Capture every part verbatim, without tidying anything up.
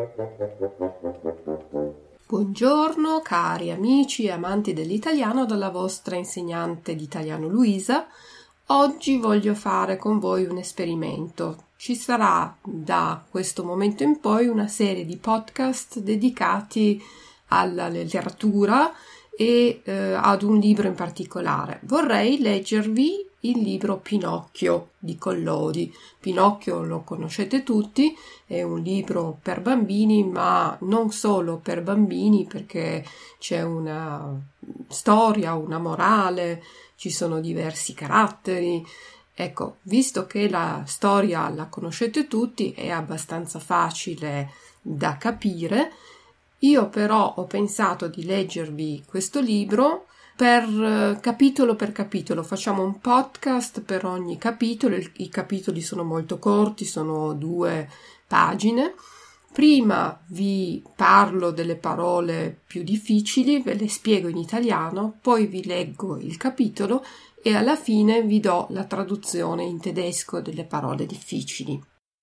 Buongiorno cari amici e amanti dell'italiano dalla vostra insegnante di italiano Luisa. Oggi voglio fare con voi un esperimento. Ci sarà da questo momento in poi una serie di podcast dedicati alla letteratura e eh, ad un libro in particolare. Vorrei leggervi il libro Pinocchio di Collodi. Pinocchio lo conoscete tutti, è un libro per bambini, ma non solo per bambini, perché c'è una storia, una morale, ci sono diversi caratteri. Ecco, visto che la storia la conoscete tutti, è abbastanza facile da capire. Io però ho pensato di leggervi questo libro per capitolo per capitolo. Facciamo un podcast per ogni capitolo. I capitoli sono molto corti, sono due pagine. Prima vi parlo delle parole più difficili, ve le spiego in italiano, poi vi leggo il capitolo e alla fine vi do la traduzione in tedesco delle parole difficili.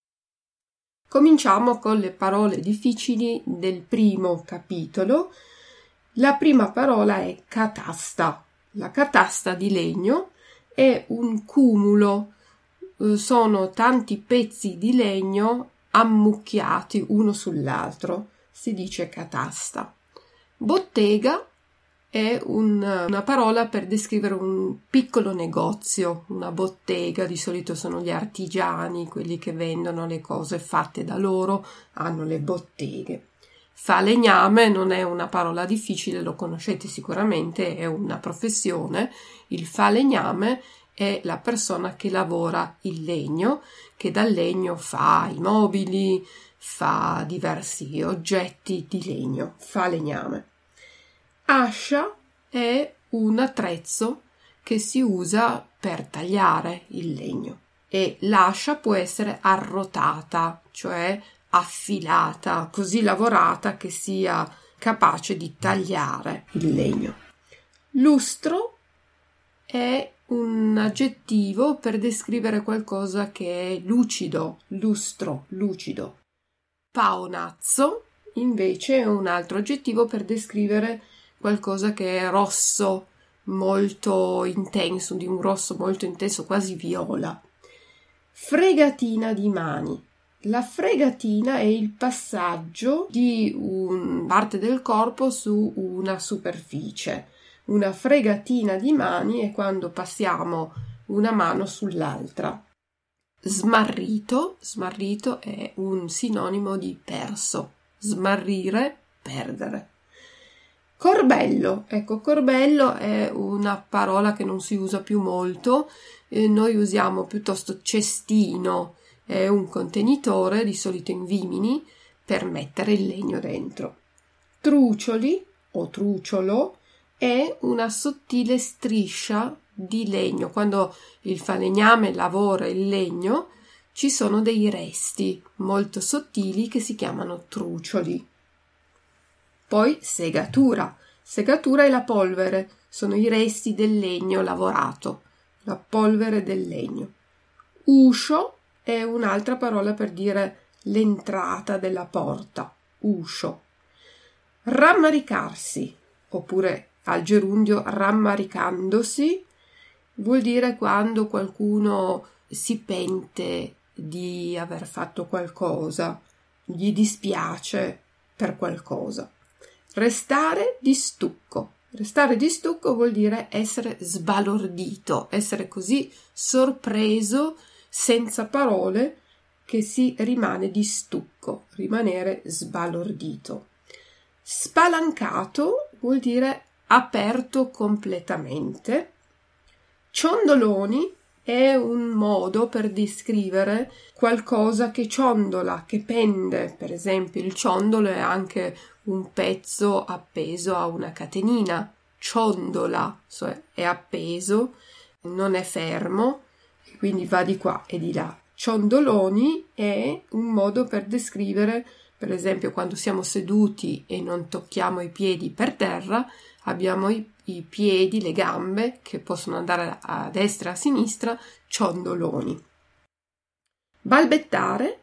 Cominciamo con le parole difficili del primo capitolo. La prima parola è catasta. La catasta di legno è un cumulo, sono tanti pezzi di legno ammucchiati uno sull'altro, si dice catasta. Bottega è un, una parola per descrivere un piccolo negozio, una bottega. Di solito sono gli artigiani, quelli che vendono le cose fatte da loro, hanno le botteghe. Falegname non è una parola difficile, lo conoscete sicuramente, è una professione. Il falegname è la persona che lavora il legno, che dal legno fa i mobili, fa diversi oggetti di legno, falegname. Ascia è un attrezzo che si usa per tagliare il legno e l'ascia può essere arrotata, cioè affilata, così lavorata che sia capace di tagliare il legno. Lustro è un aggettivo per descrivere qualcosa che è lucido, lustro, lucido. Paonazzo invece è un altro aggettivo per descrivere qualcosa che è rosso, molto intenso, di un rosso molto intenso, quasi viola. Fregatina di mani. La fregatina è il passaggio di una parte del corpo su una superficie. Una fregatina di mani è quando passiamo una mano sull'altra. Smarrito, smarrito è un sinonimo di perso. Smarrire, perdere. Corbello, ecco, corbello è una parola che non si usa più molto, eh, noi usiamo piuttosto cestino, è un contenitore, di solito in vimini, per mettere il legno dentro. Trucioli o truciolo è una sottile striscia di legno. Quando il falegname lavora il legno ci sono dei resti molto sottili che si chiamano trucioli. Poi segatura. Segatura è la polvere, sono i resti del legno lavorato, la polvere del legno. Uscio è un'altra parola per dire l'entrata della porta, uscio. Rammaricarsi, oppure al gerundio rammaricandosi, vuol dire quando qualcuno si pente di aver fatto qualcosa, gli dispiace per qualcosa. Restare di stucco. Restare di stucco vuol dire essere sbalordito, essere così sorpreso, senza parole, che si rimane di stucco, rimanere sbalordito. Spalancato vuol dire aperto completamente. Ciondoloni è un modo per descrivere qualcosa che ciondola, che pende. Per esempio, il ciondolo è anche un pezzo appeso a una catenina. Ciondola, cioè è appeso, non è fermo, quindi va di qua e di là. Ciondoloni è un modo per descrivere, per esempio, quando siamo seduti e non tocchiamo i piedi per terra, abbiamo i, i piedi, le gambe che possono andare a destra e a sinistra, ciondoloni. Balbettare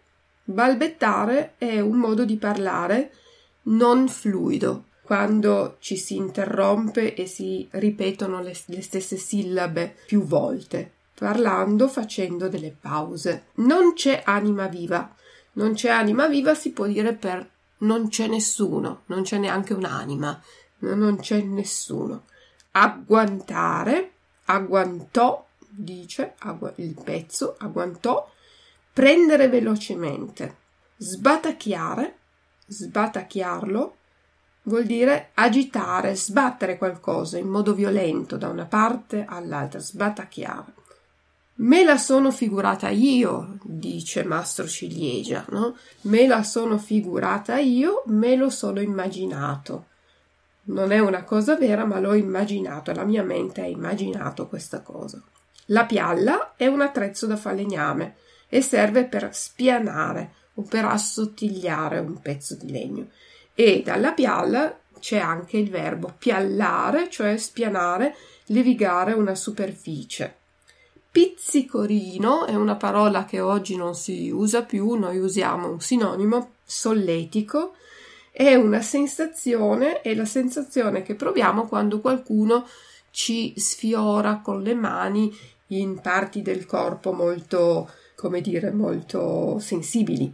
Balbettare è un modo di parlare non fluido, quando ci si interrompe e si ripetono le, le stesse sillabe più volte, parlando facendo delle pause. Non c'è anima viva. Non c'è anima viva si può dire per non c'è nessuno, non c'è neanche un'anima, non c'è nessuno. Agguantare, agguantò, dice il pezzo, agguantò, prendere velocemente. Sbatacchiare, sbatacchiarlo, vuol dire agitare, sbattere qualcosa in modo violento da una parte all'altra, sbatacchiare. Me la sono figurata io, dice Mastro Ciliegia, no? Me la sono figurata io, me lo sono immaginato. Non è una cosa vera, ma l'ho immaginato, la mia mente ha immaginato questa cosa. La pialla è un attrezzo da falegname e serve per spianare o per assottigliare un pezzo di legno. E dalla pialla c'è anche il verbo piallare, cioè spianare, levigare una superficie. Pizzicorino è una parola che oggi non si usa più, noi usiamo un sinonimo, solletico, è una sensazione, è la sensazione che proviamo quando qualcuno ci sfiora con le mani in parti del corpo molto, come dire, molto sensibili.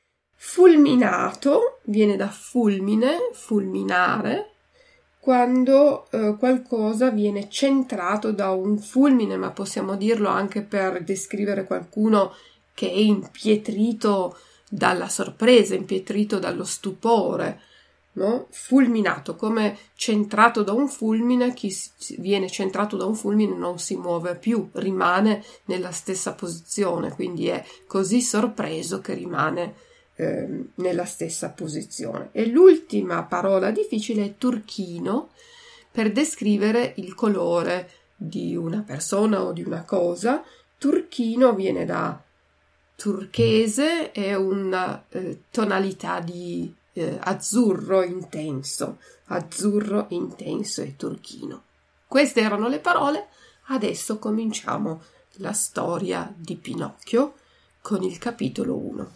Fulminato viene da fulmine, fulminare, quando eh, qualcosa viene centrato da un fulmine, ma possiamo dirlo anche per descrivere qualcuno che è impietrito dalla sorpresa, impietrito dallo stupore, no? Fulminato, come centrato da un fulmine. Chi viene centrato da un fulmine non si muove più, rimane nella stessa posizione, quindi è così sorpreso che rimane eh, nella stessa posizione. E l'ultima parola difficile è turchino, per descrivere il colore di una persona o di una cosa. Turchino viene da turchese, è una eh, tonalità di eh, azzurro intenso, azzurro intenso e turchino. Queste erano le parole, adesso cominciamo la storia di Pinocchio con il capitolo uno.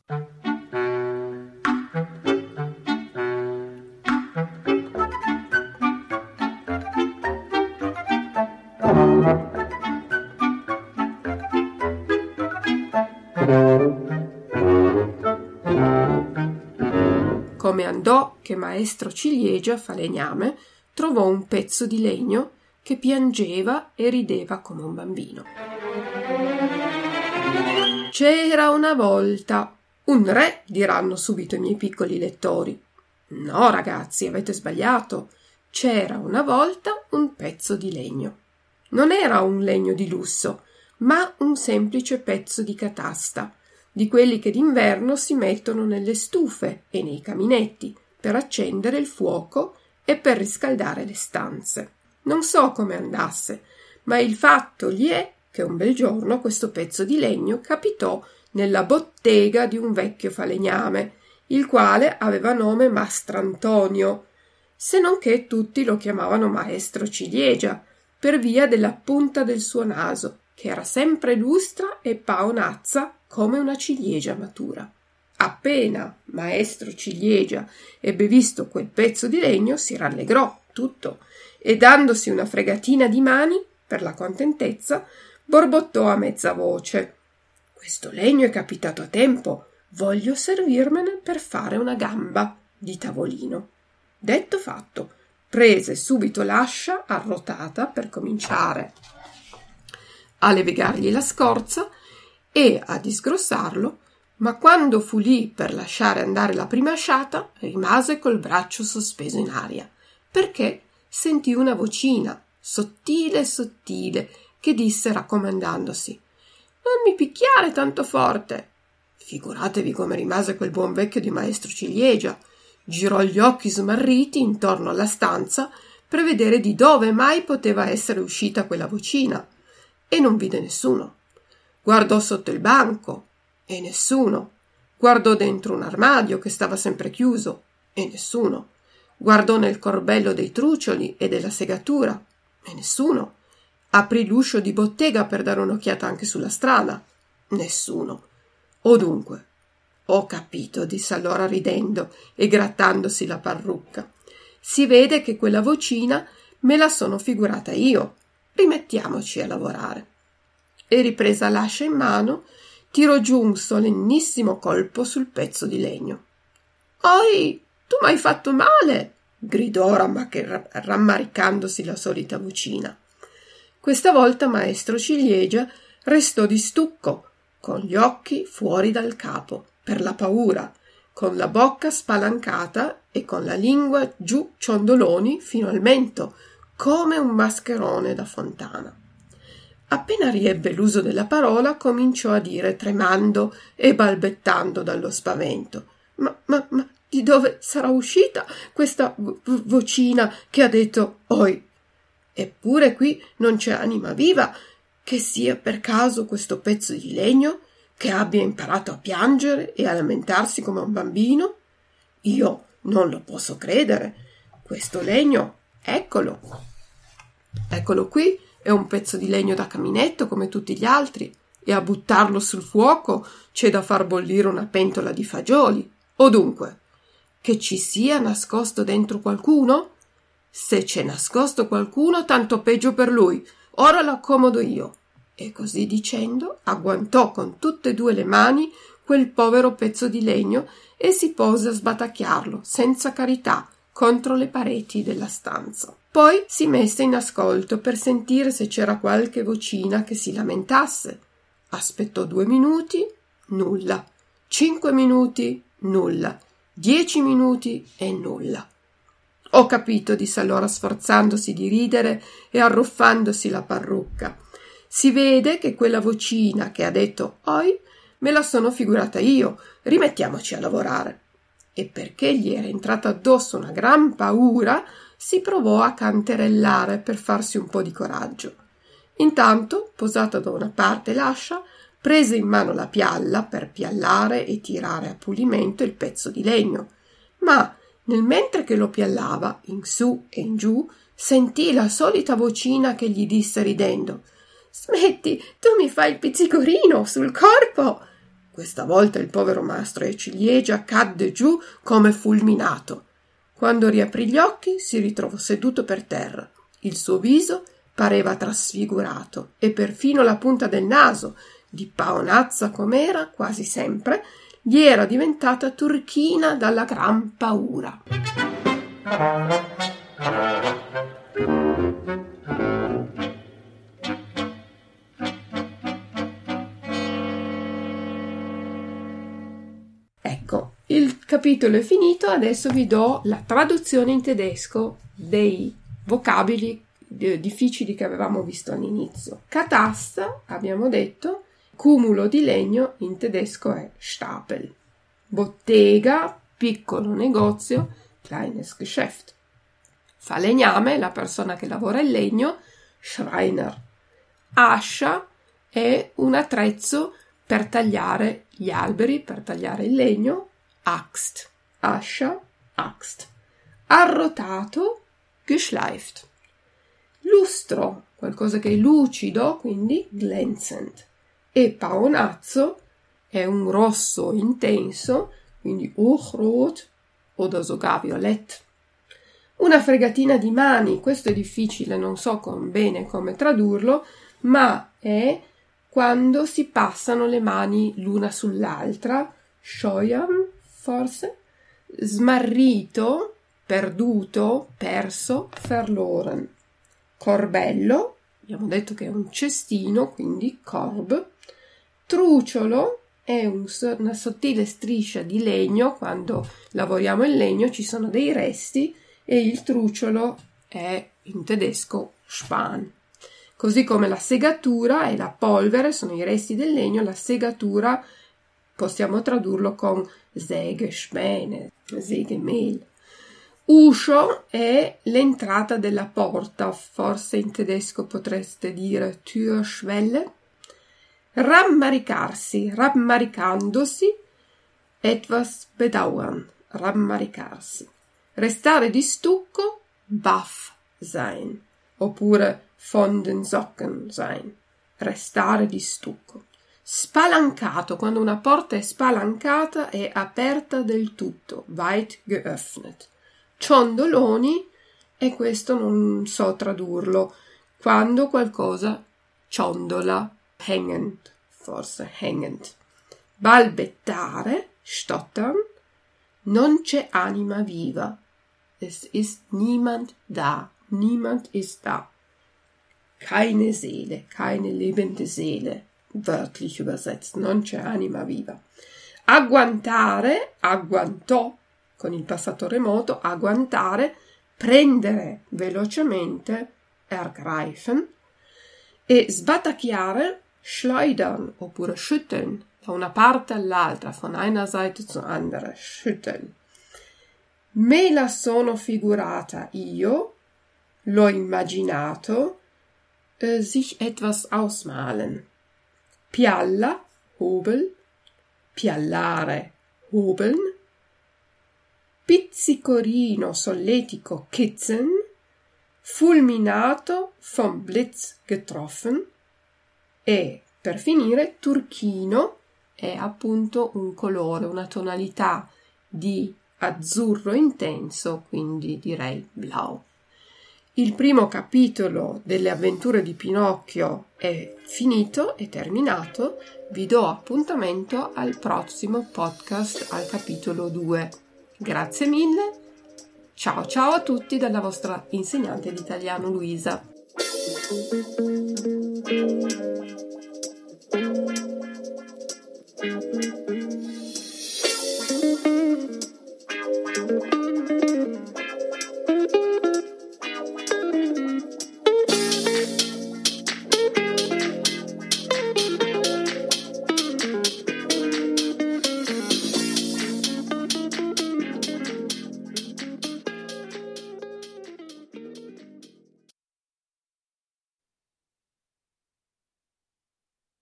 Come andò che maestro Ciliegia, falegname, trovò un pezzo di legno che piangeva e rideva come un bambino. C'era una volta un re, diranno subito i miei piccoli lettori. No, ragazzi, avete sbagliato. C'era una volta un pezzo di legno. Non era un legno di lusso, ma un semplice pezzo di catasta, di quelli che d'inverno si mettono nelle stufe e nei caminetti per accendere il fuoco e per riscaldare le stanze. Non so come andasse, ma il fatto gli è che un bel giorno questo pezzo di legno capitò nella bottega di un vecchio falegname, il quale aveva nome Mastrantonio, se non che tutti lo chiamavano Maestro Ciliegia, per via della punta del suo naso, che era sempre lustra e paonazza come una ciliegia matura. Appena maestro Ciliegia ebbe visto quel pezzo di legno, si rallegrò tutto e, dandosi una fregatina di mani per la contentezza, borbottò a mezza voce: «Questo legno è capitato a tempo, voglio servirmene per fare una gamba di tavolino». Detto fatto, prese subito l'ascia arrotata per cominciare a levigargli la scorza e a disgrossarlo, ma quando fu lì per lasciare andare la prima asciata, rimase col braccio sospeso in aria, perché sentì una vocina, sottile sottile, che disse raccomandandosi: «Non mi picchiare tanto forte». Figuratevi come rimase quel buon vecchio di maestro Ciliegia. Girò gli occhi smarriti intorno alla stanza per vedere di dove mai poteva essere uscita quella vocina, e non vide nessuno. Guardò sotto il banco e nessuno. Guardò dentro un armadio che stava sempre chiuso e nessuno. Guardò nel corbello dei trucioli e della segatura e nessuno. Aprì l'uscio di bottega per dare un'occhiata anche sulla strada. Nessuno. O dunque, Ho capito, disse allora ridendo e grattandosi la parrucca. Si vede che quella vocina me la sono figurata io. Rimettiamoci a lavorare. E ripresa l'ascia in mano, tirò giù un solennissimo colpo sul pezzo di legno. «Oi, tu m'hai fatto male!» gridò rammaricandosi la solita vocina. Questa volta maestro Ciliegia restò di stucco, con gli occhi fuori dal capo, per la paura, con la bocca spalancata e con la lingua giù ciondoloni fino al mento, come un mascherone da fontana. Appena riebbe l'uso della parola, cominciò a dire, tremando e balbettando dallo spavento: Ma, ma, ma di dove sarà uscita questa vo- vocina che ha detto «Oi»? Eppure qui non c'è anima viva che sia per caso questo pezzo di legno che abbia imparato a piangere e a lamentarsi come un bambino? Io non lo posso credere. Questo legno, eccolo. Eccolo qui, è un pezzo di legno da caminetto come tutti gli altri, e a buttarlo sul fuoco c'è da far bollire una pentola di fagioli. O dunque, che ci sia nascosto dentro qualcuno? Se c'è nascosto qualcuno, tanto peggio per lui. Ora lo accomodo io. E così dicendo, agguantò con tutte e due le mani quel povero pezzo di legno e si pose a sbatacchiarlo, senza carità, contro le pareti della stanza. Poi si messe in ascolto per sentire se c'era qualche vocina che si lamentasse. Aspettò due minuti, nulla. Cinque minuti, nulla. Dieci minuti e nulla. Ho capito, disse allora sforzandosi di ridere e arruffandosi la parrucca. Si vede che quella vocina che ha detto «Oi» me la sono figurata io. Rimettiamoci a lavorare. E perché gli era entrata addosso una gran paura, si provò a canterellare per farsi un po' di coraggio. Intanto, posata da una parte l'ascia, prese in mano la pialla per piallare e tirare a pulimento il pezzo di legno, ma nel mentre che lo piallava, in su e in giù, sentì la solita vocina che gli disse ridendo: «Smetti, tu mi fai il pizzicorino sul corpo!» Questa volta il povero mastro Ciliegia cadde giù come fulminato. Quando riaprì gli occhi si ritrovò seduto per terra. Il suo viso pareva trasfigurato e perfino la punta del naso, di paonazza com'era quasi sempre, gli era diventata turchina dalla gran paura. Ecco, il capitolo è finito, adesso vi do la traduzione in tedesco dei vocaboli difficili che avevamo visto all'inizio. Catasta, abbiamo detto, cumulo di legno, in tedesco è Stapel. Bottega, piccolo negozio, kleines Geschäft. Falegname, la persona che lavora il legno, Schreiner. Ascia è un attrezzo per tagliare gli alberi, per tagliare il legno, Axt. Ascia, Axt. Arrotato, geschleift. Lustro, qualcosa che è lucido, quindi glänzend. E paonazzo è un rosso intenso, quindi hochrot o sogar violett. Una fregatina di mani, questo è difficile, non so con bene come tradurlo, ma è quando si passano le mani l'una sull'altra, scheuern forse, smarrito, perduto, perso, verloren. Corbello, abbiamo detto che è un cestino, quindi korb. Truciolo è un, una sottile striscia di legno, quando lavoriamo il legno ci sono dei resti e il truciolo è in tedesco Span. Così come la segatura e la polvere sono i resti del legno, la segatura possiamo tradurlo con Sägespäne, Sägemehl. Uscio è l'entrata della porta, forse in tedesco potreste dire Türschwelle. Rammaricarsi, rammaricandosi, etwas bedauern, rammaricarsi. Restare di stucco, baff sein, oppure von den Socken sein, restare di stucco. Spalancato, quando una porta è spalancata è aperta del tutto, weit geöffnet. Ciondoloni, e questo non so tradurlo, quando qualcosa ciondola, hängend, forse hängend. Balbettare, stottern, non c'è anima viva. Es ist niemand da, niemand ist da. Keine Seele, keine lebende Seele, wörtlich übersetzt, non c'è anima viva. Agguantare, agguantò, con il passato remoto, agguantare, prendere velocemente, ergreifen, e sbatacchiare, schleudern oppure schütteln, da una parte all'altra, von einer Seite zur anderen, schütteln. Me la sono figurata io, l'ho immaginato, äh, sich etwas ausmalen. Pialla, hobel, piallare, hobeln, pizzicorino solletico kitzeln, fulminato vom Blitz getroffen, e per finire turchino è appunto un colore, una tonalità di azzurro intenso, quindi direi blau. Il primo capitolo delle avventure di Pinocchio è finito, è terminato. Vi do appuntamento al prossimo podcast, al capitolo due. Grazie mille. Ciao ciao a tutti dalla vostra insegnante di italiano Luisa.